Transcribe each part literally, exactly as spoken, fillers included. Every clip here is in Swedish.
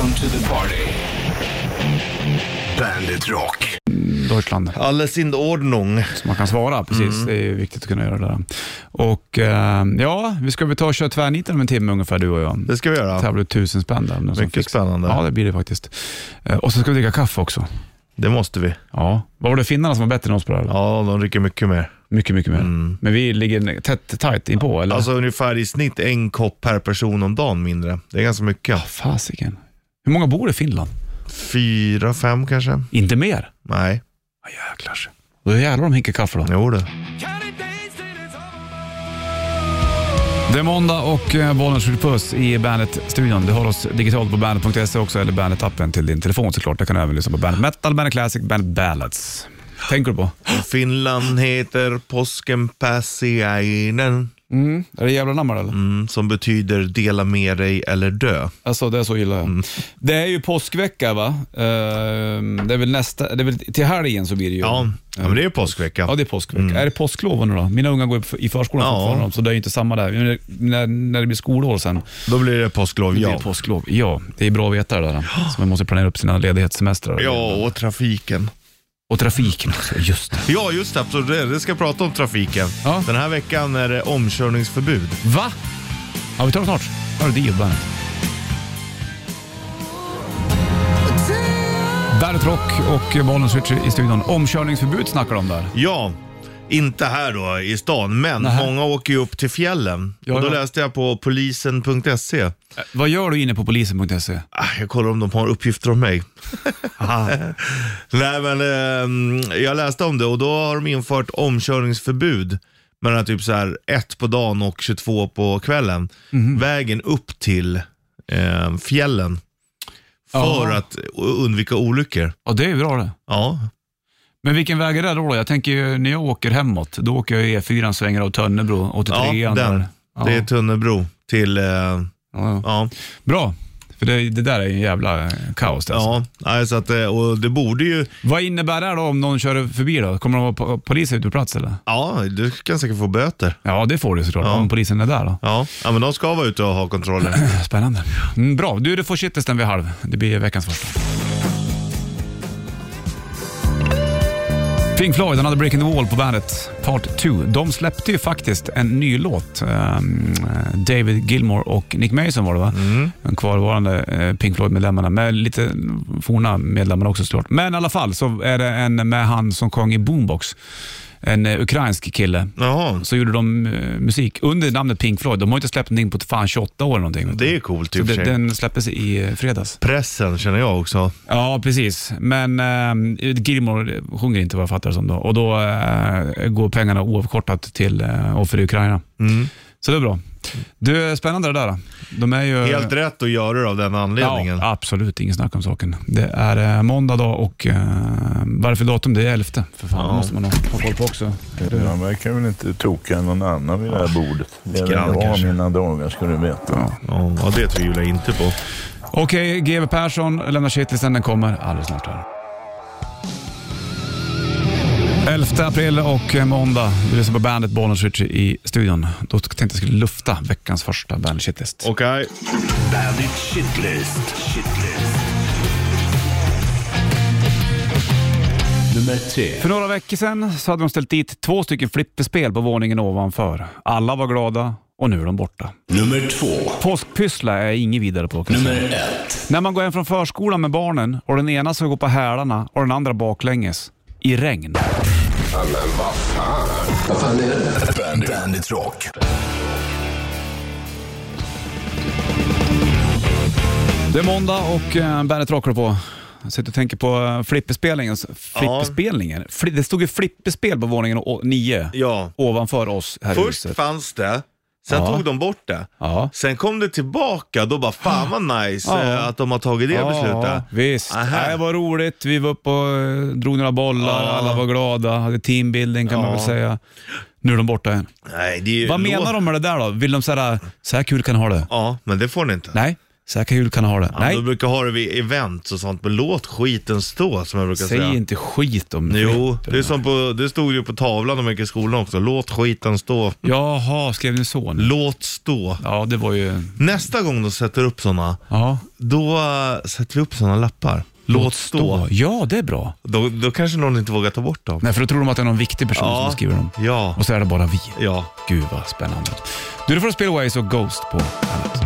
Welcome to the party. Bandit Rock. Deutschland. Alles in ordning. Så man kan svara, precis. Mm. Det är viktigt att kunna göra det där. Och eh, ja, vi ska väl ta och köra tvärniten om en timme ungefär, du och jag. Det ska vi göra. Tävlar tusen spänn där. Mycket spännande. Ja, det blir det faktiskt. Eh, och så ska vi dricka kaffe också. Det måste vi. Ja. Vad var det finnarna som var bättre än oss på det här? Ja, de dricker mycket mer. Mycket, mycket mer. Mm. Men vi ligger tätt, tajt in på, eller? Alltså ungefär i snitt en kopp per person om dagen mindre. Det är ganska mycket. Ja, fasiken. Hur många bor i Finland? Fyra, fem kanske. Inte mer? Nej. Ja, jäklar. Då jävlar de hinkar kaffe då. Jo det. Det är måndag och eh, bollen skjuter puss i Bandet-studion. Du har oss digitalt på bandet punkt se också, eller Bandet-appen till din telefon såklart. Det kan du även lyssna på Bandet Metal, Bandet Classic, Bandet Ballads. Tänker du på? Finland heter påsken Pässiäinen. Mm. Är det jävla namn eller? Mm, som betyder dela med dig eller dö. Alltså det är så illa. Mm. Det är ju påskvecka va? Uh, det är väl nästa, det är väl till helgen så blir det ju. Ja, ja men det är påskvecka. Ja, det är påskvecka. Mm. Är det påsklov nu då? Mina unga går i förskolan ja. fortfarande, så det är ju inte samma där. När, när det blir skolår sen. Då blir det påsklov, ja. Det blir påsklov, ja. Det är bra att veta det där. Så man måste planera upp sina ledighetssemestrar. Ja, och trafiken. Och trafiken också, just det. Ja, just det, absolut. Det ska prata om trafiken. Ja. Den här veckan är det omkörningsförbud. Va? Ja, vi tar det snart. Har du det bandet? Bandet Rock och bollen switcher i studion. Omkörningsförbud snackar de där. Ja, inte här då i stan, men Nähä. många åker ju upp till fjällen. Ja, och då ja. läste jag på polisen punkt se. Äh, vad gör du inne på polisen punkt se? Ah, jag kollar om de har uppgifter om mig. Nej, men eh, jag läste om det och då har de infört omkörningsförbud mellan typ så här ett på dagen och tjugotvå på kvällen. Mm. Vägen upp till eh, fjällen för ja. att undvika olyckor. Ja, det är bra det. Ja. Men vilken väg är det då? Jag tänker ju, när jag åker hemåt, då åker jag E fyra svänger av Tönnebro, åttiotre. Ja, den. Ja. Det är Tönnebro till... Eh, ja. ja. Bra, för det, det där är en jävla kaos. Alltså. Ja, så att, och det borde ju... Vad innebär det då om någon kör förbi då? Kommer de vara poliser ute på plats eller? Ja, du kan säkert få böter. Ja, det får du såklart, ja. om polisen är där då. Ja. ja, men de ska vara ute och ha kontroller. Spännande. Mm, bra, du det får shitlisten vid halv. Det blir veckans första. Pink Floyd, han hade Breaking the Wall på bandet Part två. De släppte ju faktiskt en ny låt. Um, David Gilmour och Nick Mason var det va? Mm. En kvarvarande uh, Pink Floyd-medlemmarna. Med lite forna medlemmar också såklart. Men i alla fall så är det en med han som sjöng i Boombox. En uh, ukrainsk kille. Jaha. Så gjorde de uh, musik under namnet Pink Floyd. De har inte släppt någonting på fan tjugoåtta år eller någonting. Det är coolt typ. Så det, den släpptes i uh, fredags. Pressen känner jag också. Ja, precis. Men uh, Gilmour sjunger inte vad jag fattar som då. Och då uh, går pengarna oavkortat till uh, offer i Ukraina. Mm. Så det är bra. Du, är spännande det där då. De är ju... Helt rätt att göra det av den anledningen. Ja, absolut. Ingen snack om saken. Det är uh, måndag då och uh, varför datum? Det är elfte. För fan, ja. måste man ha koll på också. Man verkar väl inte toka någon annan vid det här bordet. Det är väl jag mina dagar, ska du veta. Ja, ja, ja det tvivlar jag inte på. Okej, okay, G W Persson lämnar shitlisten. Den kommer alldeles snart här. elfte april och måndag. Du lyssnar på bandet Bollen Switch i studion. Då tänkte jag skulle lufta veckans första Bandit Shitlist. Okej. Okay. Bandit Shitlist. Shitlist. Nummer tre. För några veckor sedan så hade de ställt dit två stycken flipperspel på våningen ovanför. Alla var glada och nu är de borta. Nummer två. Påskpyssla är inget vidare på. Nummer ett. När man går hem från förskolan med barnen och den ena ska gå på hälarna och den andra baklänges. I regn. Ja, men vad fan. Vad fan är det? Bandit, Bandit Rock. Det är måndag och uh, Bandit Rock på. Jag sitter och tänker på uh, flipperspelningen. Flipperspelningen. Ja. Det stod ju flipperspel på våningen och nio. Ja. Ovanför oss här Först i huset. fanns det. Sen ja. tog de bort det. Ja. Sen kom det tillbaka. Då bara, fan vad nice ja. att de har tagit det ja, beslutet. Visst, det var roligt. Vi var uppe och drog några bollar. Ja. Alla var glada. Hade teambuilding kan ja. man väl säga. Nu är de borta igen. Nej, det är vad lå- menar de med det där då? Vill de säga så här kul kan ha det? Ja, men det får ni inte. Nej. Säkert jul kan ha det. Ja, Nej. du brukar ha det vid event och sånt, men låt skiten stå, som jag brukar Säg säga. Säg inte skit om det. Jo, det, är som på, det stod ju på tavlan de gick i skolan också. Låt skiten stå. Jaha, skrev ni så nu? Låt stå. Ja, det var ju... Nästa gång de sätter upp såna, Ja. då uh, sätter vi upp såna lappar. Låt, Låt stå. stå. Ja, det är bra. Då, då kanske någon inte vågar ta bort dem. Nej, för då tror de att det är någon viktig person ja. som skriver dem. Ja. Och så är det bara vi. Ja. Gud vad spännande. Du, du får Spillways och Ghost på bandet.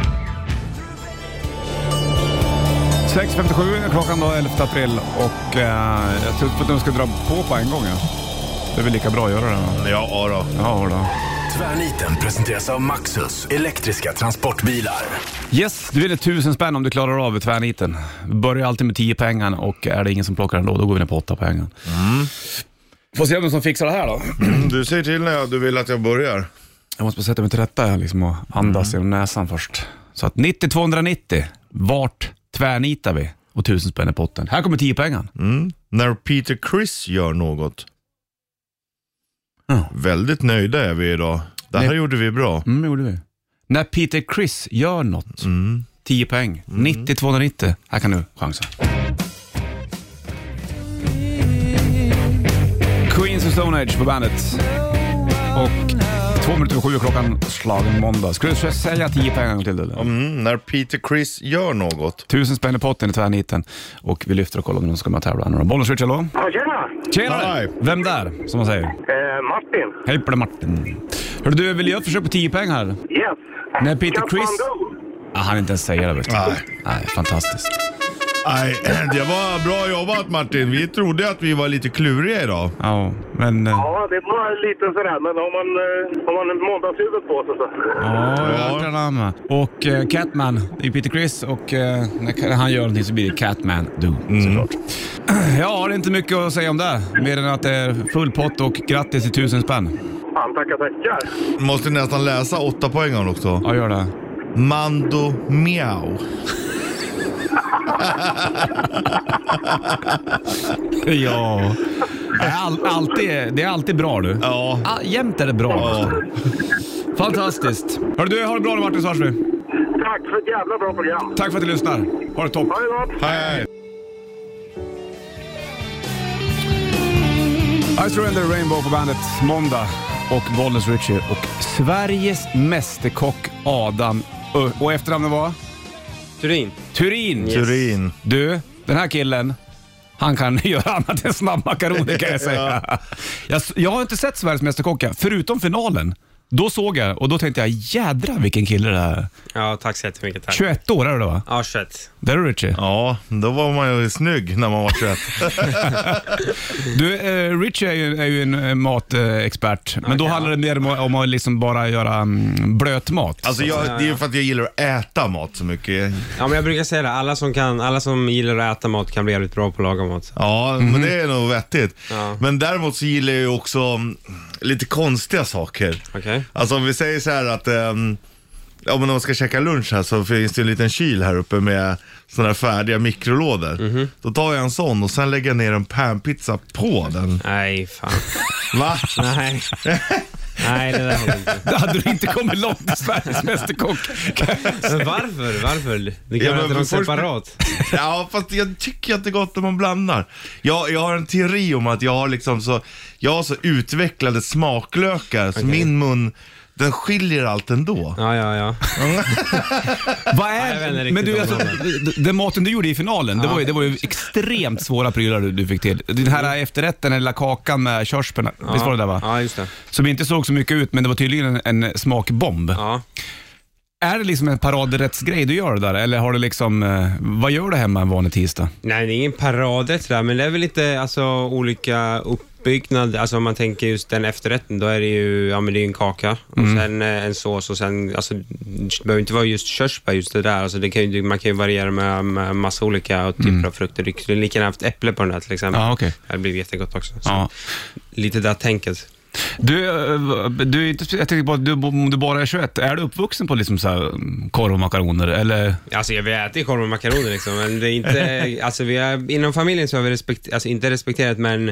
sex femtiosju är klockan då, elfte april. Och eh, jag tror att de ska dra på på en gång. Ja. Det är väl lika bra att göra det då. Ja, då. Ja, då. Tvärniten presenteras av Maxus, elektriska transportbilar. Yes, du vinner tusen spänn om du klarar av tvärniten. Vi börjar alltid med tio pengar och är det ingen som plockar den då, då går vi ner på åtta pengar. Mm. Får se vem som fixar det här då. Mm, du säger till när jag, du vill att jag börjar. Jag måste sätta mig till rätta här liksom och andas mm. genom näsan först. Så att nittio tvåhundranittio, vart tvärnitar vi? Och tusen spänn i potten. Här kommer tio pengar. Mm. När Peter Criss gör något. Mm. Väldigt nöjda är vi idag. Det här Nej. gjorde vi bra. Mm, det gjorde vi. När Peter Criss gör något. Mm. tio poäng. Mm. nittio tvåhundranittio. Här kan du chansa. Queens of Stone Age på bandet. Och två minuter sju klockan slagen måndag. Ska du säga tio pengar till det? Mm, när Peter Criss gör något. Tusen spänn i potten i tvärniten. Och vi lyfter och kollar om de ska med tävla. Några bollar switch, hallå? Ja, tjena! Tjena! Hi. Vem där, som man säger? Eh, Martin. Hej på dig, Martin. Hörru du, vill jag försöka på tio pengar? Yes. När Peter Criss... Ah, han inte ens säger det, vet du. Nej. Nej, fantastiskt. Nej, det var bra jobbat, Martin. Vi trodde att vi var lite kluriga idag. Ja, men... Ja, det var lite sådär, men om man har man måndagshuvudet på sig så... Ja, jag kan med. Och uh, Catman, det är Peter Criss och uh, när han gör någonting så blir det Catman Do, mm. såklart. Ja, det är inte mycket att säga om det. Mer än att det är full pott och grattis till tusen spänn. Fan, tackar, tackar. Måste nästan läsa åtta poängar också. Ja, gör det. Mando Miau. Ja. Det är, all, alltid, det är alltid bra du. Ja. All, jämt är det bra. Ja. Fantastiskt. Hör du, har det bra Martin Svarsby. Tack för ett jävla bra program. Tack för att du lyssnar. Ha det topp. Ha det gott. Hej. I Surrender Rainbow på bandet måndag och Bollnäs Richie och Sveriges mästerkock Adam. Och efternamnet var? Turin. Turin. Yes. Turin. Du, den här killen, han kan göra annat än snabbmakaroner kan jag säga. Ja. jag, jag har inte sett Sveriges mästerkocka, förutom finalen. Då såg jag, och då tänkte jag, jädra vilken kille det är. Ja, tack så jättemycket. Tack. tjugoett år är det då, va? Ja, tjugoett. Det är du, Richie. Ja, då var man ju snygg när man var tjugoett. Du, eh, Richie är ju, är ju en eh, matexpert. Eh, men okay, då handlar det mer om, om att liksom bara göra um, blötmat. Alltså jag, det är ju för att jag gillar att äta mat så mycket. Ja, men jag brukar säga det. Alla som, kan, alla som gillar att äta mat kan bli jävligt bra på att laga mat. Ja, mm-hmm. men det är nog vettigt. Ja. Men däremot så gillar jag ju också um, lite konstiga saker. Okay. Alltså om vi säger så här att um, om man ska käka lunch här så finns det en liten kyl här uppe med sådana här färdiga mikrolådor. Mm-hmm. Då tar jag en sån och sen lägger jag ner en panpizza på den. Nej, fan. Va? Nej. Nej, det där håller inte. Det hade du inte kommit långt i Sveriges mästerkock. Men varför? Varför? Det kan ja, vara något separat. Ja, fast jag tycker att det är gott när man blandar. Jag, jag har en teori om att jag har liksom så jag har så utvecklade smaklökar så okay. min mun den skiljer allt ändå. Ja, ja, ja. Vad är men du, alltså, den maten du gjorde i finalen, ja. det, var ju, det var ju extremt svåra prylar du, du fick till. Den här mm. efterrätten, eller kakan med körsbärna, ja. visst var det där, va? Ja, just det. Som inte såg så mycket ut, men det var tydligen en, en smakbomb. Ja. Är det liksom en paradrättsgrej du gör där? Eller har du liksom, eh, vad gör du hemma en vanlig tisdag? Nej, det är ingen paradrätt där, men det är väl lite alltså, olika uppbyggnad. Alltså om man tänker just den efterrätten, då är det ju ja, men det är en kaka och mm. sen eh, en sås och sen, alltså det behöver inte vara just körsbär just det där. Alltså det kan ju, man kan ju variera med, med massa olika typer mm. av frukter. Du kan lika gärna haft äpple på den här till exempel. Ja, okay. Det blir jättegott också. Så ja. Lite där tänket. Du, du, jag tänker bara, du, om du bara är tjugoett, är du uppvuxen på liksom så här korv och makaroner, eller? Alltså jag vill äta korv och makaroner liksom, men det är inte, alltså vi är, inom familjen så har vi respekt, alltså inte respekterat, men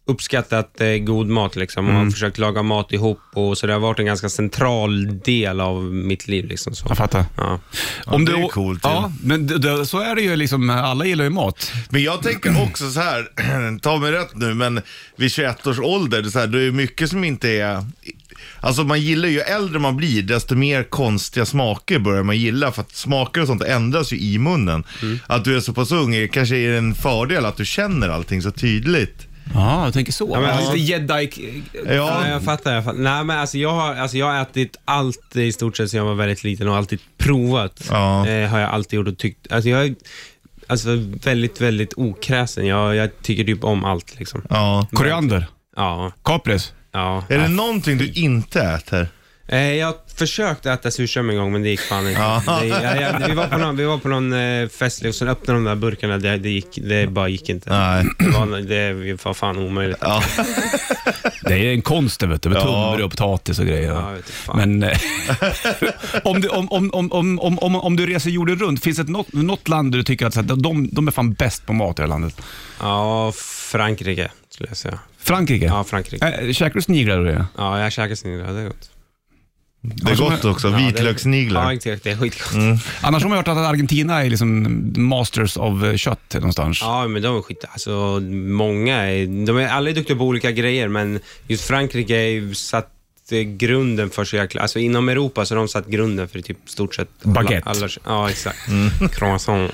uppskattat eh, god mat liksom. Och Mm. man har försökt laga mat ihop. Och så det har varit en ganska central del av mitt liv. Liksom, så. Jag fattar. Ja. Om det du, är coolt, ja, ja. men det, det, så är det ju liksom, alla gillar ju mat. Men jag tänker också så här, ta mig rätt nu, men vid tjugoett års ålder, det är, så här, det är mycket som inte är... Alltså man gillar ju, äldre man blir, desto mer konstiga smaker börjar man gilla, för att smaker och sånt ändras ju i munnen. Mm. Att du är så pass ung, kanske är det en fördel att du känner allting så tydligt. Ja, jag tänker så. Ja, men, alltså, ja. jedi... Ja, Ja, jag fattar, jag fattar. Nej, men alltså jag har, alltså jag har ätit allt i stort sett sedan jag var väldigt liten och alltid provat. Ja. Eh, har jag alltid gjort och tyckt. Alltså jag är alltså, väldigt, väldigt okräsen. Jag, jag tycker typ om allt liksom. ja. Koriander, Ja, kapris. ja. Är det någonting du inte äter? Eh, jag försökte äta surströmming en gång, men det gick fan inte. Ja. Det, jag, jag, vi var på någon, vi var på någon eh, fest och sen öppnade de där burkarna. Det, det, gick, det bara gick inte. Nej. Det var, det var fan omöjligt. Ja. Det är en konst, vet du, med Ja. tunnbröd och potatis och grejer. Ja, vet du fan. Men eh, om, du, om, om, om, om, om, om, om du reser jorden runt, finns det något, något land där du tycker att så här, de, de är fan bäst på mat i det här landet? Ja, Frankrike skulle jag säga. Frankrike? Ja, Frankrike. Äh, käkar du sniglar och det? Ja, jag käkar sniglar, det är gott. Det är gott också, Ja, det är- vitlökssniglar. Ja, exakt, det är skitgott. Mm. Annars har man hört att Argentina är liksom masters of eh, kött någonstans. Ja, men de är skit. Alltså, många är, de är alla är duktiga på olika grejer, men just Frankrike är ju satt eh, grunden för så jäkla, alltså inom Europa så har de satt grunden för typ stort sett alla- Baguette. alla, ja, exakt. Croissant.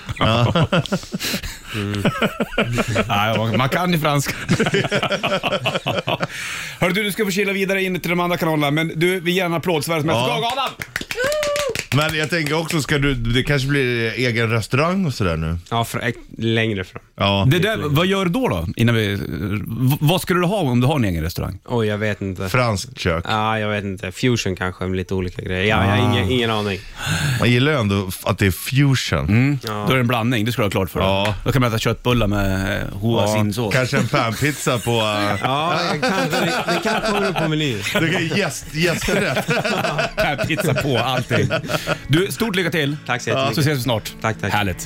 Nej, man- man kan i franska. Hörru du, du ska få kila vidare in till de andra kanalerna, men du, vi ger en applåd. Sveriges mästerskap, Ja. Adam! Men jag tänker också, ska du, det kanske blir egen restaurang och sådär nu? Ja, för, eh, längre fram. Ja. Det där, vad gör du då då? Innan vi, v- vad skulle du ha om du har en egen restaurang? Oj, jag vet inte. Franskt kök. Ja, jag vet inte. Fusion kanske, med lite olika grejer. Ja, jag har ingen, ingen aning. Man gillar ju ändå att det är fusion. Ja. Då är det en blandning, det ska du ha klart för dig. Ja. Då kan man äta köttbullar med eh, hoasinsås. Kanske en panpizza på... Uh, Ja, jag kan, det, det kan komma på menyn. det kan gäst, gästrätt. Pizza på allting. Du, stort lycka till. Tack så Så jättemycket. ses vi snart. Tack, tack. Härligt.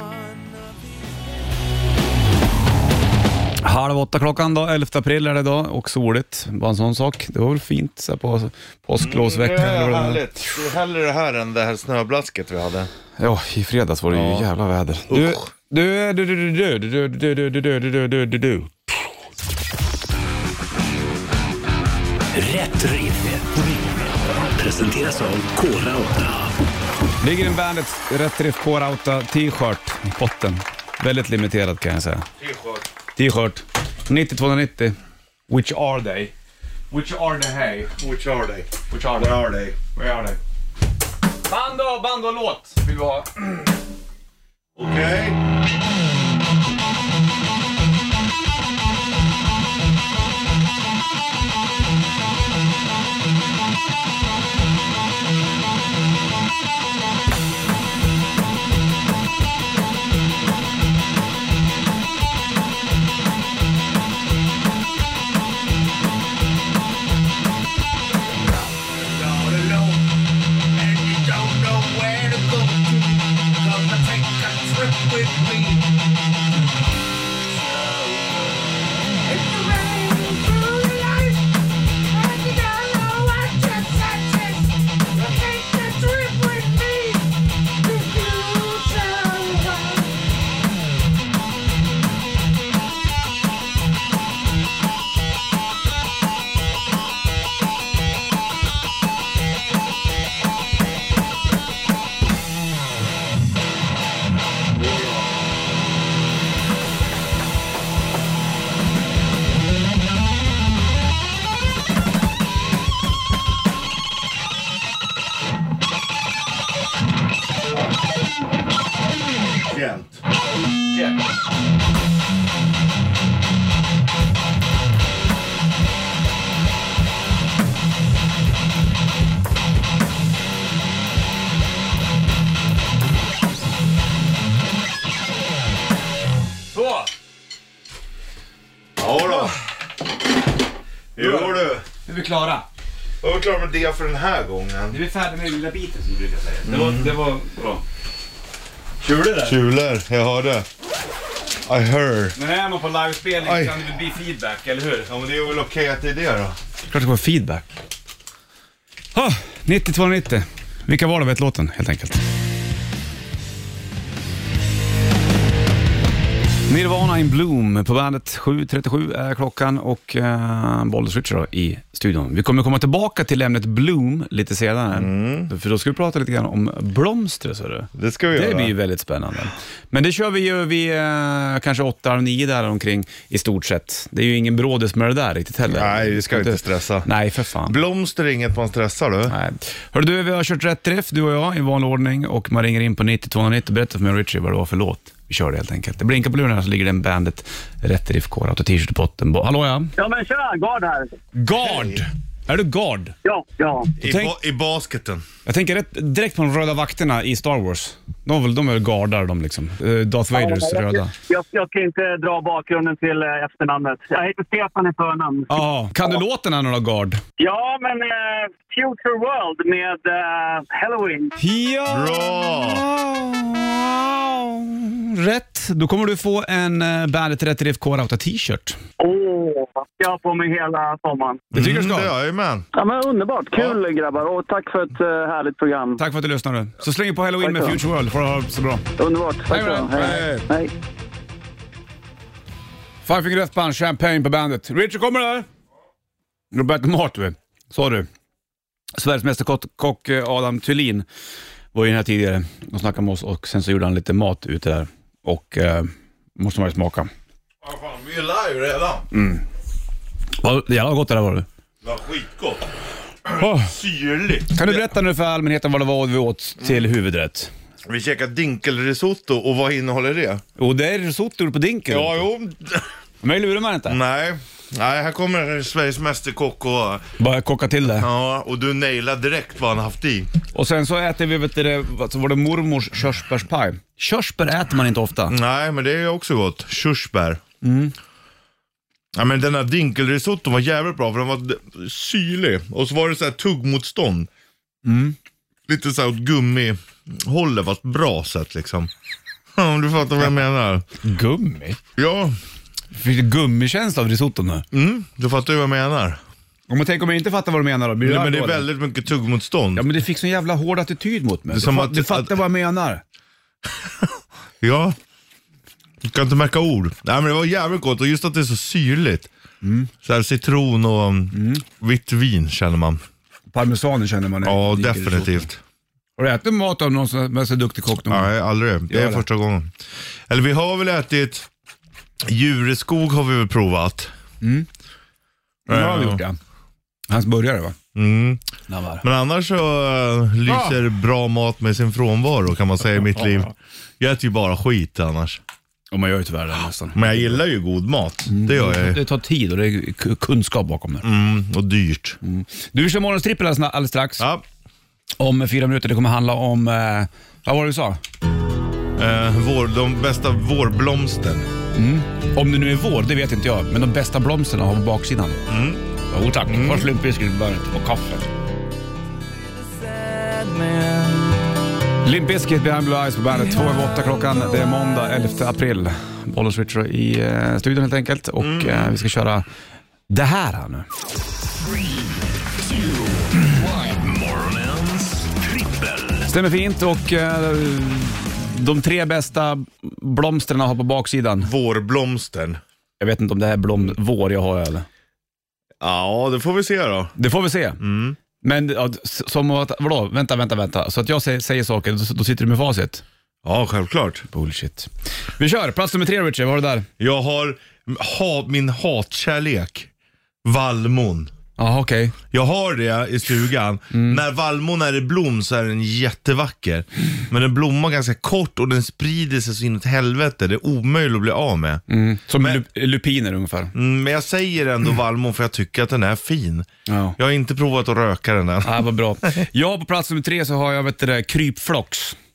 Halv åtta klockan då, elfte april är det då, och soligt. Bara en sån sak. Det var väl fint så här på påsklovsveckan. Det är härligt. Det är hellre det här än det här snöblasket vi hade. Ja, i fredags var det ju jävla väder. Du, du, du, du, du, du, du, du, du, du, du, du, du, du. Rätt riff. Presenteras av Kora åtta. Ligger en Bandits Rätt Riff K-Rauta t-shirt i potten. Väldigt limiterad kan jag säga. T-shirt. nittio tvåhundranittio. Which are they? Which are they? Hey? Which are they? Which are Where they? are they? Where are they? Band och, band och låt vill vi ha. Okej. Jämt. Så! Ja då. Jo du. Nu är vi klara. Var vi klara med det för den här gången? Nu är vi färdiga med den lilla biten som du brukar säga. Det var, det var bra. Kulor där. Kulor, jag hörde. I heard. Men är man på livespelning Aj. kan det bli feedback, eller hur? Ja, men det är väl okej att det är det då. Klart det var feedback. Ha, nittiotvå nittio. Vilka var det vet låten, helt enkelt? Nirvana in Bloom på bandet. Sju trettiosju är klockan och uh, Bollnäs Richard i studion. Vi kommer komma tillbaka till ämnet Bloom lite senare. Mm. För då ska vi prata lite grann om blomster. Så det. Det ska vi det göra. Det blir ju väldigt spännande. Men det kör vi ju vid uh, kanske åtta nio där omkring i stort sett. Det är ju ingen brådes med det där riktigt heller. Nej, vi ska inte stressa. Nej, för fan. Blomster är inget man stressar, du. Nej. Hörru du, vi har kört rätt träff, du och jag, i vanlig ordning. Och man ringer in på nittiotvå nittio och berättar för mig och Richie vad det var för låt. Vi kör det helt enkelt. Det blinkar på luren här så ligger det en Bandet Rätt Riff Core Auto t-shirt i potten. Hallå ja? Ja men tja, Gard här. Gard! Är du Gard? Ja, ja. I, tänk- ba- I basketen. Jag tänker rätt, direkt på de röda vakterna i Star Wars. De är väl, de är väl gardar de liksom. Uh, Darth Vaders ja, röda. Jag, jag, jag ska inte dra bakgrunden till eh, efternamnet. Jag heter Stefan i förnamn. Ja, kan du låten här några Gard? Ja, men eh, Future World med eh, Halloween. Ja! Bra! Rätt. Då kommer du få en uh, Bandet Rätt Riff Core Auto t-shirt. Åh, jag har på mig hela sommaren. Det tycker Mm, du det ska? är jag med. Ja, men underbart. Kul grabbar och tack för ett uh, härligt program. Tack för att du lyssnade. Så släng på Halloween med Tack så. Future World för att ha det så bra. Underbart. Tack Hej då. så. Hej. Hej. Five Finger Death Punch, Champagne på bandet. Richard kommer där. Robert Mart, du. Sa du. Sveriges mästerkock kock, Adam Thulin var ju här tidigare och snackade med oss och sen så gjorde han lite mat ute där. Och eh, måste man ju smaka. Ja, fan, vi är live redan. Mm. Ja, det jävla gott det där var det. Det var skitgott. Oh. Syrligt. Kan du berätta nu för allmänheten vad det var vi åt till huvudrätt? Vi käkade dinkelrisotto och vad innehåller det? Och det är risotto på dinkel. Ja, jo. Men lurar man inte. Nej. Nej, här kommer Sveriges mästerkock och... Bara kocka till det. Ja, och du nailar direkt vad han haft i. Och sen så äter vi, vet du, så var det mormors körsbärspaj. Körsbär äter man inte ofta. Nej, men det är också gott. Körsbär. Mm. Ja, men den här dinkelrisotto var jävligt bra för den var syrlig. Och så var det så här tuggmotstånd. Mm. Lite så här åt gummihållet, fast bra sätt liksom. Om du fattar vad jag menar. Gummi? Ja. Fick det gummikänsla av risotton nu? Mm, du fattar ju vad jag menar. Om man tänker om jag inte fattar vad du menar då? Blir Ja, men det är då, väldigt mycket tuggmotstånd. Ja, men det fick sån jävla hård attityd mot mig. Det är som du, att- du fattar att- vad jag menar. Ja. Du kan inte märka ord. Nej, men det var jävligt gott och just att det är så syrligt. Mm. Så här citron och mm. vitt vin känner man. Parmesanen känner man. Ja, Diker definitivt. risotto. Har du ätit mat av någon som är så duktig kock? Någon? Nej, aldrig. Det Gör är det. första gången. Eller vi har väl ätit djureskog har vi väl provat. Mm. Ja, det har vi gjort, ja. Hans burgare, va? Mm. Navar. Men annars så uh, lyser Ah. bra mat med sin frånvaro kan man säga i mitt liv. Jag äter ju bara skit annars. Och man gör ju tyvärr det nästan. Men jag gillar ju god mat. Det gör jag ju. Det tar tid och det är k- kunskap bakom det. Mm, och dyrt. Mm. Du, vi kör morgonstrippel alldeles, alldeles strax. Ja. Om fyra minuter. Det kommer handla om... Eh, vad var det du sa? Eh, vår, de bästa vårblomsten. Mm. Om det nu är vår, det vet inte jag. Men de bästa blomsterna har på baksidan. Mm. Jo tack. Mm. Först limpbiscuit och kaffe. Limp Bizkit Behind Blue Eyes på bandet. Två över åtta klockan. Det är måndag elfte april. Bollnäs Richard i eh, studion helt enkelt. Och Mm. eh, vi ska köra det här här nu. Morgonens trippel. Stämmer fint och eh, de tre bästa blomsterna har på baksidan. Vårblomsten. Jag vet inte om det här är blom vår jag har eller. Ja, det får vi se då. Det får vi se. Mm. Men ja, s- som att, vadå? Vänta, vänta, vänta. Så att jag säger, säger saker, då, då sitter du med facit. Ja, självklart. Bullshit. Vi kör. Plats nummer tre, Richard. Vad har du där? Jag har ha, min hatkärlek. Vallmon. Jaha, okej. Jag har det i stugan. När vallmon är i blom så är den jättevacker. Men den blommar ganska kort och den sprider sig så inåt helvete. Det är omöjligt att bli av med. Mm. Som Men- lu- lupiner ungefär. Mm, men jag säger ändå vallmon för jag tycker att den är fin. Ja. Jag har inte provat att röka den än. Ja, vad bra. Jag på plats nummer tre så har jag vet du, det, krypflox.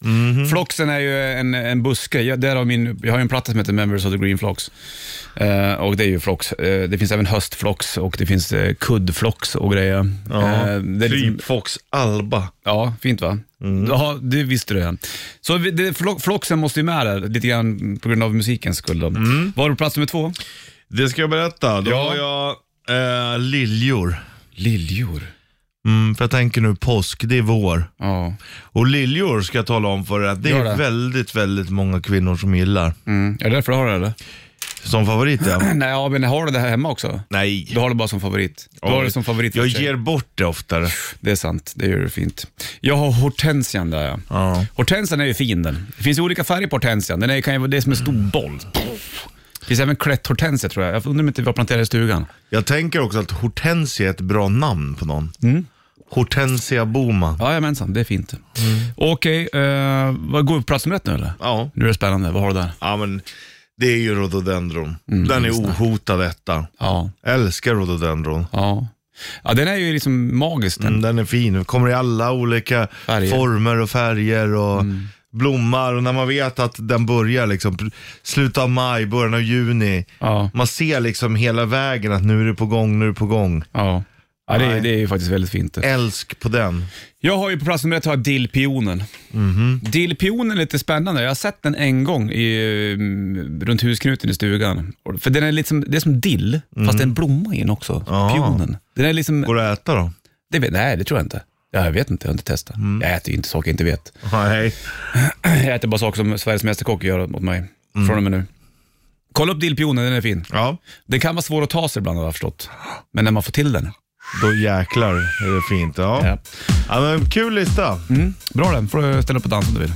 Mm-hmm. Floxen är ju en, en buske. Jag, där har min, jag har ju en platta som heter Members of the Green Flox. Uh, och det är ju flox. Uh, det finns även höstflox och det finns uh, kuddflox och grejer. Ja, uh, det är liksom, Fox Alba. Ja, fint va? Mm. Ja, det visste du ja. Så det, floxen måste ju med där lite grann på grund av musikens skull då. Mm. Var du plats nummer två? Det ska jag berätta. Då ja. har jag eh, liljor. Liljor? Mm, för jag tänker nu påsk, det är vår. Ja. Och liljor ska jag tala om för att det är det. väldigt, väldigt många kvinnor som gillar. Mm. Är det därför du har det eller? Som favorit ja. Nej, ja, men har du det här hemma också? Nej. Du har det bara som favorit. Du ja, har det som favorit. Jag ger bort det oftare. Det är sant, det gör det fint. Jag har hortensian där ja. ja. Hortensian är ju fin den. Det finns olika färger på hortensian. Den är, kan ju vara det som en stor boll. Det finns även klätt hortensia tror jag. Jag undrar om inte vi har planterat i stugan. Jag tänker också att hortensia är ett bra namn på någon. Mm. Hortensia Boman. Ja, jamensan, det är fint. Mm. Okej, okay, uh, vad går vi på plats nummer ett nu eller? Ja. Nu är det spännande, vad har du där? Ja, men det är ju rhododendron. Mm, den är ohotad etta. Ja. Älskar rhododendron. Ja. Ja, den är ju liksom magisk. Den, mm, den är fin. Den kommer i alla olika färger. former och färger och mm. blommar. Och när man vet att den börjar liksom slutet av maj, början av juni. Ja. Man ser liksom hela vägen att nu är det på gång, nu är det på gång. Ja. Ja, det är, det är ju faktiskt väldigt fint. Älsk på den. Jag har ju på plats nummer ett har dillpionen. Mm-hmm. Dillpionen är lite spännande. Jag har sett den en gång i, runt husknuten i stugan. För den är liksom, det är som dill, mm. fast det är en blomma i den också. Ah. Pionen. Den är liksom, går det att äta då? Det vet, nej, det tror jag inte. Jag vet inte, jag har inte testat. Mm. Jag äter ju inte saker jag inte vet. Nej. Jag äter bara saker som Sveriges mästerkock gör mot mig. Mm. Från och med nu. Kolla upp dillpionen, den är fin. Ja. Den kan vara svår att ta sig ibland, har jag förstått. Men när man får till den, då jäklar är det fint. Ja, ja. Ja, men kul lista. Mm. Bra den, får du ställa upp och dansa om du vill.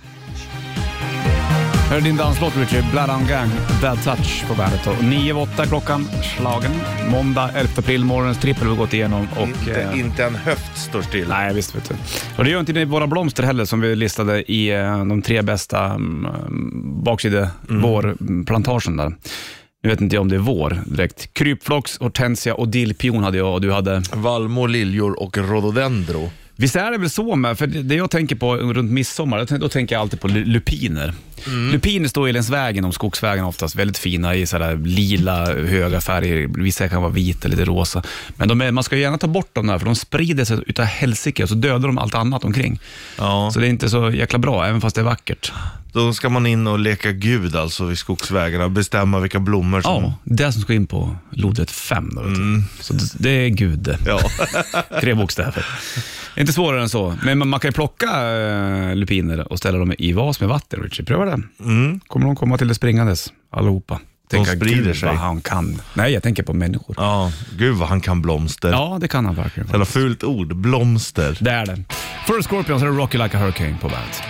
Här är din danslåt Richard, Blood on Gang, Bad Touch på bandet. Och nio åtta klockan, slagen. Måndag elfte april, morgonens trippel har vi gått igenom. Och, inte, eh, inte en höft står still. Nej, visst vet du. Och det gör inte våra blomster heller som vi listade i eh, de tre bästa um, baksida mm. vårplantagen där. Nu vet inte jag om det är vår direkt. Krypflox, hortensia och dillpion hade jag och du hade... Valmo, liljor och rhododendro. Visst är det väl så med, för det jag tänker på runt midsommar, då tänker jag alltid på lupiner. Mm. Lupiner står i längs vägen om skogsvägen oftast, väldigt fina i sådär lila, höga färger. Vissa kan vara vita, lite rosa. Men de är, man ska gärna ta bort dem där, för de sprider sig utav helsike och så dödar de allt annat omkring. Ja. Så det är inte så jäkla bra, även fast det är vackert. Då ska man in och leka gud alltså vid skogsvägarna och bestämma vilka blommor som... Ja, det som ska in på lodrätt fem då, mm. Så det, det är gud. Ja. Tre bokstäver. Inte svårare än så. Men man kan ju plocka uh, lupiner och ställa dem i vas med vatten, Richard. Pröva det. Mm. Kommer de komma till det springandes, allihopa. Tänka, de sprider gud, sig. Vad han kan. Nej, jag tänker på människor. Ja, gud vad han kan blomster. Ja, det kan han verkligen. Eller fult ord, blomster. Det är det. För Scorpions är det Rocky Like a Hurricane på bandet.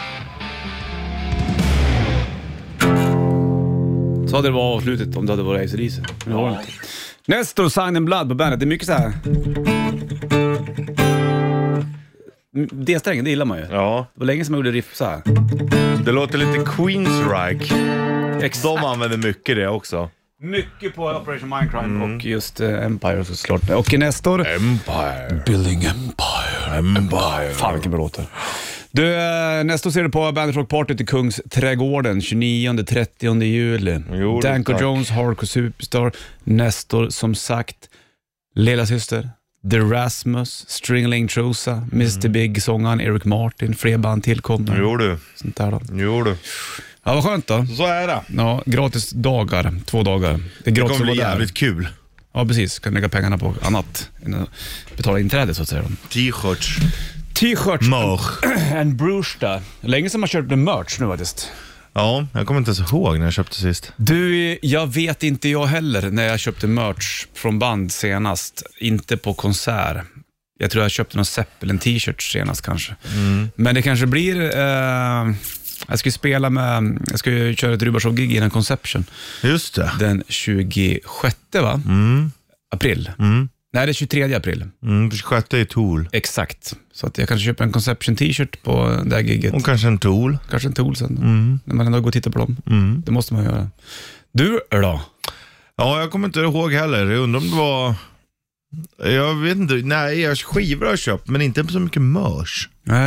Så hade det varit avslutet om det hade varit A C D C. Men det var inte. Nestor, Sign and Blood på bandet. Det är mycket så här. D-strängen, det gillar man ju. Ja. Det var länge som jag gjorde riff så här. Det låter lite Queensryche. Exakt. De använder mycket det också. Mycket på Operation Mindcrime mm. och just uh, Empire såklart. Och Nestor. Empire. Building Empire. Empire. Fan vilken bra låter. Du, uh, Nestor ser du på Bandit Rock Party till Kungsträdgården tjugonionde till trettionde juli. Jo, Danko tack. Jones, Hardcore Superstar. Nestor som sagt. Lilla syster. The Rasmus, Stringling Trosa, mister Mm. Big, sångaren Eric Martin, fler band tillkomna. Jo du. Sånt där då. Jo du. Ja, vad skönt då. Så är det. Ja, gratis dagar, två dagar. Det, är gratis det kommer bli där. jävligt kul. Ja, precis. Kan lägga pengarna på annat än att betala inträde så att säga. T-shirts. T-shirts. Merch. En brewster. Länge som man köpt en merch nu faktiskt. Ja, jag kommer inte ens ihåg när jag köpte sist. Du, jag vet inte jag heller när jag köpte merch från band senast. Inte på konsert. Jag tror jag köpte någon Zeppelin t-shirt senast kanske. Mm. Men det kanske blir... Eh, jag ska ju spela med... Jag ska ju köra ett Rubarshow-gig innan Conception. Just det. Den tjugosjätte va? Mm. April. Mm. Nej, det är tjugotredje april. Mm, tjugosjätte är Tool. Exakt. Så att jag kanske köper en Conception t-shirt på det här giget. Och kanske en Tool. Kanske en Tool sen. Mm. När man ändå går och tittar på dem. Mm. Det måste man göra. Du då? Ja, jag kommer inte ihåg heller. Jag undrar om det var... Jag vet inte. Nej, jag skivor har jag köpt, men inte så mycket merch. Nej.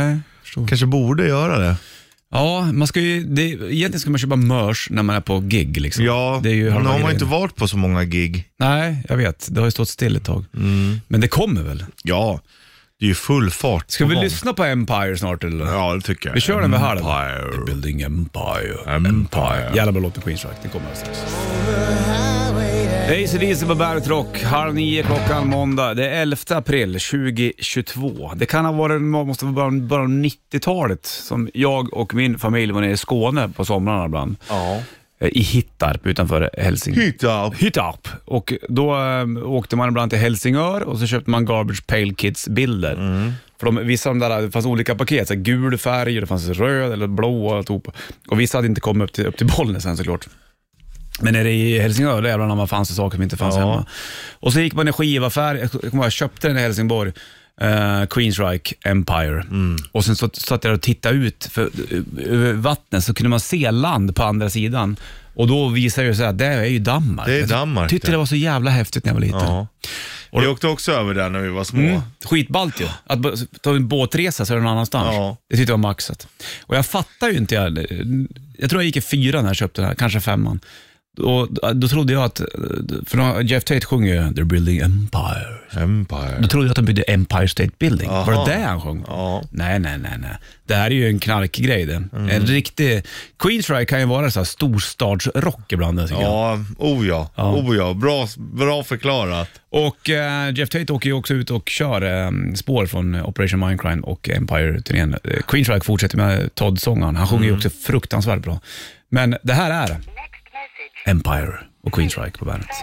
förstår. Kanske borde göra det. Ja, man ska ju, det, egentligen ska man köpa mörs när man är på gig. Liksom. Ja, det är ju men har man grejen. inte varit på så många gig. Nej, jag vet. Det har ju stått still ett tag. Mm. Men det kommer väl? Ja, det är ju full fart. Ska vi gång. lyssna på Empire snart eller? Ja, det tycker jag. Vi kör den med här. Empire. The Building Empire. Empire. Jävla bra låt med Queen's Rock. Det kommer strax. A C D C på Bandet Rock. Halv nio klockan måndag. Det är elfte april tjugohundratjugotvå. Det kan ha varit, måste vara bara nittiotalet som jag och min familj var nere i Skåne på somrarna ibland. Ja. I Hittarp utanför Helsingör. Hittarp. Hittarp. Och då äh, åkte man ibland till Helsingör och så köpte man Garbage Pail Kids bilder. Mm. För de, vissa av de där, det fanns olika paket, så här, gul färg, det fanns röd eller blå och typ. Och vissa hade inte kommit upp till, upp till Bollnäs sen såklart. Men är det i Helsingör, det är bland annat fanns det saker som inte fanns ja. hemma. Och så gick man i skivaffär, jag kommer ihåg, jag köpte den i Helsingborg. Uh, Queensryche Empire. Mm. Och sen så satt jag och tittade ut för, över vattnet, så kunde man se land på andra sidan. Och då visade det sig att det är ju Danmark. Det är Danmark. Jag tyckte det var så jävla häftigt när jag var liten. Ja. Och vi åkte också över där när vi var små. Mm. Skitballt ju. Att b- ta en båtresa så är det någon annanstans. Ja. Det tyckte jag var maxat. Och jag fattar ju inte. Jag, jag tror jag gick i fyran när jag köpte den här. Kanske femman. Och då trodde jag att, för då, Jeff Tate sjunger They're building empires. Empire. Då trodde jag att de byggde Empire State Building. Aha. Var det det han sjöng? Ja. Nej, nej, nej, nej. Det här är ju en knarkgrej det. Mm. En riktig Queensryche kan ju vara så här storstadsrock ibland, tycker ja, jag. Oh ja, ja. Oh ja. Bra, bra förklarat. Och uh, Jeff Tate åker ju också ut och kör um, spår från Operation Mindcrime och Empire-turnén. Uh, Queensryche fortsätter med Todd-sångaren. Han sjunger ju mm. också fruktansvärt bra. Men det här är Empire och Queensryche på bandet.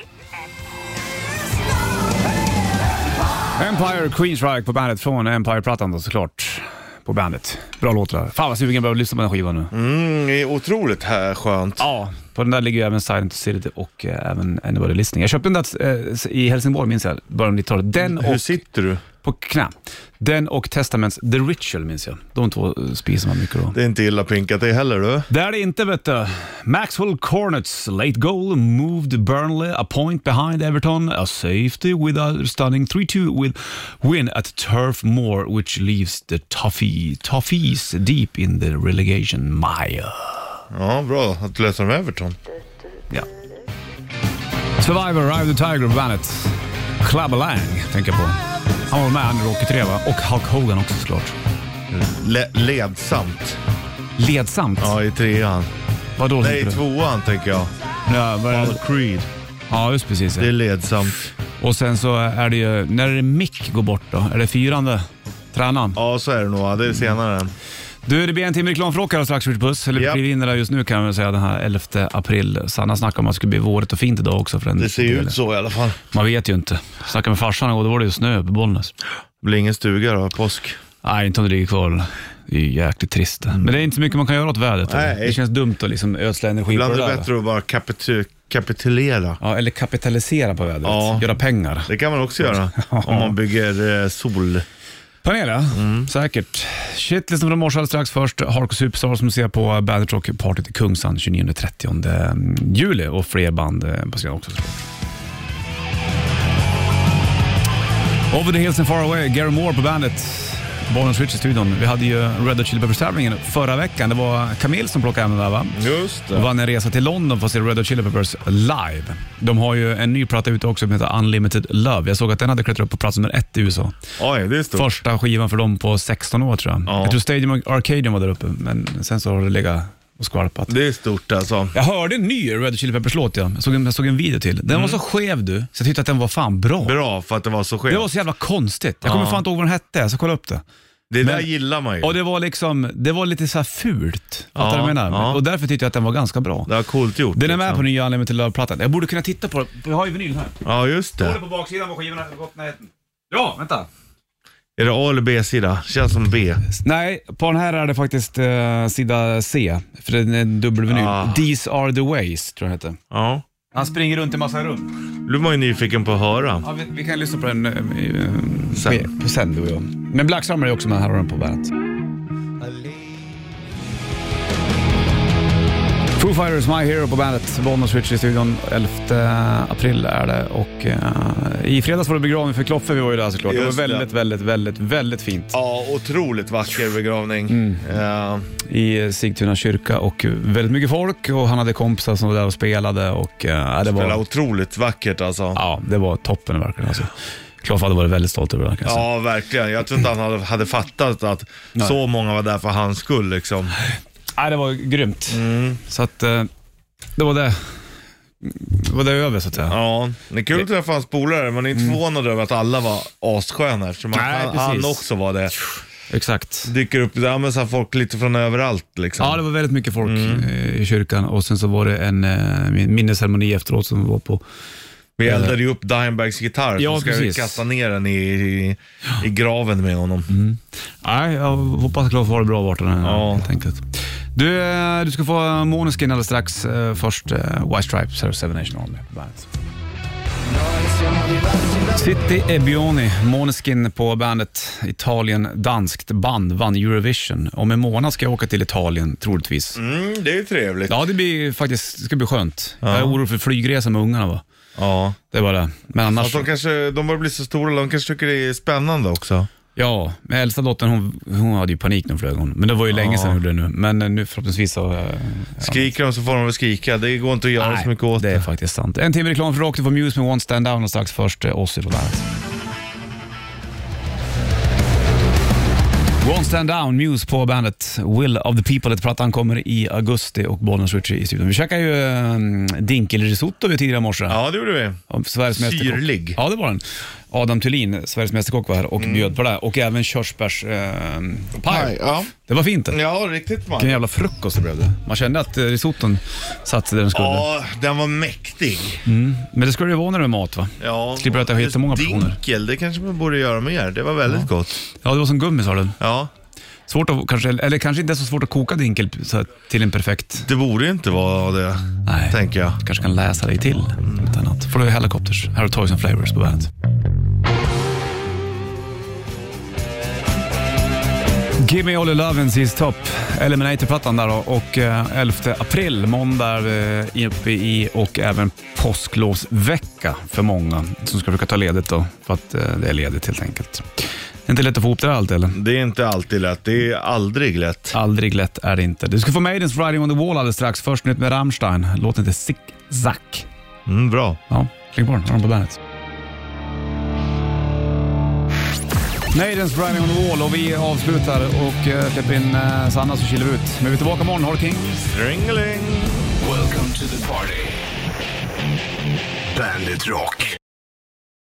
Empire, Queensryche på bandet från Empire-plattan då, såklart. På bandet. Bra låtar. Fan vad sugen jag börjar lyssna på den skivan nu. Mm, det är otroligt här skönt. Ja, på den där ligger ju även Silent City och äh, även Anybody Listening. Jag köpte den där äh, i Helsingborg, minns jag. Början av nittiotalet. Den Hur och, sitter du? På knä. Den och Testaments The Ritual, minns jag. De två spisar man mycket då. Det är inte illa pinkat det heller, du. Det är det inte, vet du. Maxwell Cornets late goal moved Burnley a point behind Everton. A safety with a stunning three two with win at Turf Moor, which leaves the toffee, Toffees deep in the relegation mire. Ja, bra att du läser om Everton. Ja. Survivor, Ride the Tiger på bandet. Clubber Lang, tänker jag på. Han var med under Rocky tre, va? Och Hulk Hogan också, såklart. Le- ledsamt. Ledsamt? Ja, i trean. Vadå? Nej, i tvåan tänker jag. Ja, vad är det? Creed. Ja, just precis. Ja. Det är ledsamt. Och sen så är det ju, när är det Mick går bort då? Är det fyrande? Tränaren? Ja, så är det nog. Det är senare. Mm. Du, det blir en timme reklam för åkare strax, Puss. Eller vi kliver in där just nu, kan man säga, den här elfte april. Sanna snackar om att det skulle bli våret och fint idag också. För den det ser ju ut så i alla fall. Man vet ju inte. Snackar med farsan och då var det ju snö på Bollnäs. Det blir ingen stuga då, påsk. Nej, inte om det ligger kvar. Det är ju jäkligt trist. Mm. Men det är inte så mycket man kan göra åt vädret. Nej. Det känns dumt att liksom ödsla energi ibland på det där. Ibland är det bättre att bara kapitu- kapitulera. Ja, eller kapitalisera på vädret. Ja. Göra pengar. Det kan man också göra. Om man bygger eh, sol... Panel, ja. Mm. Säkert. Shit, lyssna på de morse strax. Först Hardcore Superstar som ser på Bandet Rock Partyt i Kungsan tjugonionde till trettionde juli och fler band på sidan också, såklart. Over the Hills and Far Away, Gary Moore på bandet. Bonus Rich i studion. Vi hade ju Red Hot Chili Peppers-tävlingen förra veckan. Det var Camille som plockade hem den där, va? Just det. Och vann en resa till London för att se Red Hot Chili Peppers live. De har ju en ny platta ute också som heter Unlimited Love. Jag såg att den hade klättrat upp på plats nummer ett i U S A. Oj, det är stort. Första skivan för dem på sexton år, tror jag. Ja. Jag tror Stadium Arcadium var där uppe, men sen så har det legat och skvalpat. Det är stort alltså. Jag hörde en ny Red Hot Chili Peppers-låt, ja. jag, såg en, jag såg en video till. Den mm. var så skev, du. Så jag tyckte att den var fan bra. Bra, för att det var så skev. Det var så jävla konstigt. Jag kommer ja. fan inte ihåg vad den hette, jag ska kolla upp det. Det men, där gillar man ju. Och det var liksom, det var lite så här fult. Ja, vad jag menar? Ja. Och därför tyckte jag att den var ganska bra. Det var coolt gjort. Den är med liksom. på nya Unlimited Love-plattan. Jag borde kunna titta på det. Vi har ju vinyl här. Ja, just det. Står det på baksidan på skivorna. Ja, vänta. Är det A eller B-sida? Känns som B. Nej, på den här är det faktiskt uh, sida C. För det är en dubbelvinyl. Ah. These are the ways, tror jag heter. Ja. Han springer runt i massa rum. Du var ju nyfiken på att höra. Ja, vi, vi kan lyssna på den uh, sen. På sen, du och jag. Men Black Summer är också med här och den på bandet. Foo Fighters, My Hero på bandet. Bollnäs Ritchie i studion. elfte april är det. Och uh, i fredags var det begravning för Kloffe. Vi var ju där såklart. Det var väldigt, det. väldigt, väldigt, väldigt fint. Ja, otroligt vacker begravning. Mm. Ja. I Sigtuna kyrka och väldigt mycket folk. Och han hade kompisar som var där och spelade. Och, uh, det Spelade var otroligt vackert alltså. Ja, det var toppen verkligen alltså. Kloffe hade varit väldigt stolt över det. Kan jag säga. Ja, verkligen. Jag tror inte han hade, hade fattat att Nej. så många var där för hans skull liksom. Nej, det var grymt. Mm. Så att uh, det var det. Det var det över så att säga. Ja, det är kul att träffa hans polare. Man är inte mm. förvånad över att alla var assköna. Eftersom Nej, han, han också var det. Exakt. Dyker upp där med så folk lite från överallt liksom. Ja, det var väldigt mycket folk mm. i kyrkan. Och sen så var det en uh, minnesceremoni efteråt som var på. Vi eldade ju upp Dimebags gitarr. Ja, så ska precis. vi kasta ner den i, i, i graven med honom. Mm. Nej, jag hoppas att Kloffe har det bra vart den här, ja. helt enkelt. Du, du ska få Måneskin alldeles strax. Först uh, White Stripes här och Seven Nation Army på bandet. City Ebony, Måneskin på bandet. Italien, danskt band, vann Eurovision. Om en månad ska jag åka till Italien, troligtvis. Mm, det är ju trevligt. Ja, det blir faktiskt, det ska bli skönt. Ja. Jag är orolig för flygresa med ungarna, va? Ja. Det är bara det. Men annars... Alltså, de, kanske, de börjar bli så stora, de kanske tycker det är spännande också. Ja, men äldsta dottern, hon, hon hade ju panik när hon flög hon. Men det var ju ja. länge sedan hon gjorde det nu. Men nu förhoppningsvis så... Ja. Skriker de så får de väl skrika. Det går inte att göra Nej, så mycket åt det. det är faktiskt sant. En timme reklam för Rock, du får Muse med One Stand Down och strax först Ozzy på bandet. One Stand Down, Muse på bandet. Will of the People, ett plattan kommer i augusti och Bollnäs Ritchie i studion. Vi käkade ju um, dinkelrisotto vid tidigare morse. Ja, det gjorde vi. Syrlig. Ja, det var den. Adam Thulin, Sveriges mästerkock, var här och mm. bjöd på det. Och även körsbärs eh, paj. Ja. Det var fint. Ja, riktigt man. Vilken jävla frukost det blev det. Man kände att risotton satt sig där den skulle. Ja, den var mäktig. Mm. Men det skulle ju vara när det är mat, va? Ja. Slipper äta jättemånga portioner. Dinkel, det kanske man borde göra mer. Det var väldigt ja. gott. Ja, det var som gummi, sa du. Ja. Svårt att, kanske, eller kanske inte så svårt att koka dinkel så till en perfekt. Det borde inte vara det, Nej. tänker jag. Kanske kan läsa dig till. Mm. Annat. Får du Helicopters. Här har Toys and Flavors på bandet. Give Me All The Love and Seize Top, Eliminator-plattan där då. Och eh, elfte april, måndag eh, uppe i och även påsklovsvecka för många som ska försöka ta ledigt då, för att eh, det är ledigt helt enkelt. Det är inte lätt att få ihop det allt, eller? Det är inte alltid lätt, det är aldrig lätt. Aldrig lätt är det inte. Du ska få Maidens Riding on the Wall alldeles strax. Först nytt med Rammstein, låten heter Zick Zack. Mm, bra. Ja, kling på den, har den på bandet. Maidens Riding on the Wall och vi avslutar och uh, släpper in uh, Sanna så kilar vi ut. Men vi är tillbaka imorgon, har du King? Ringeling. Welcome to the party. Bandit Rock.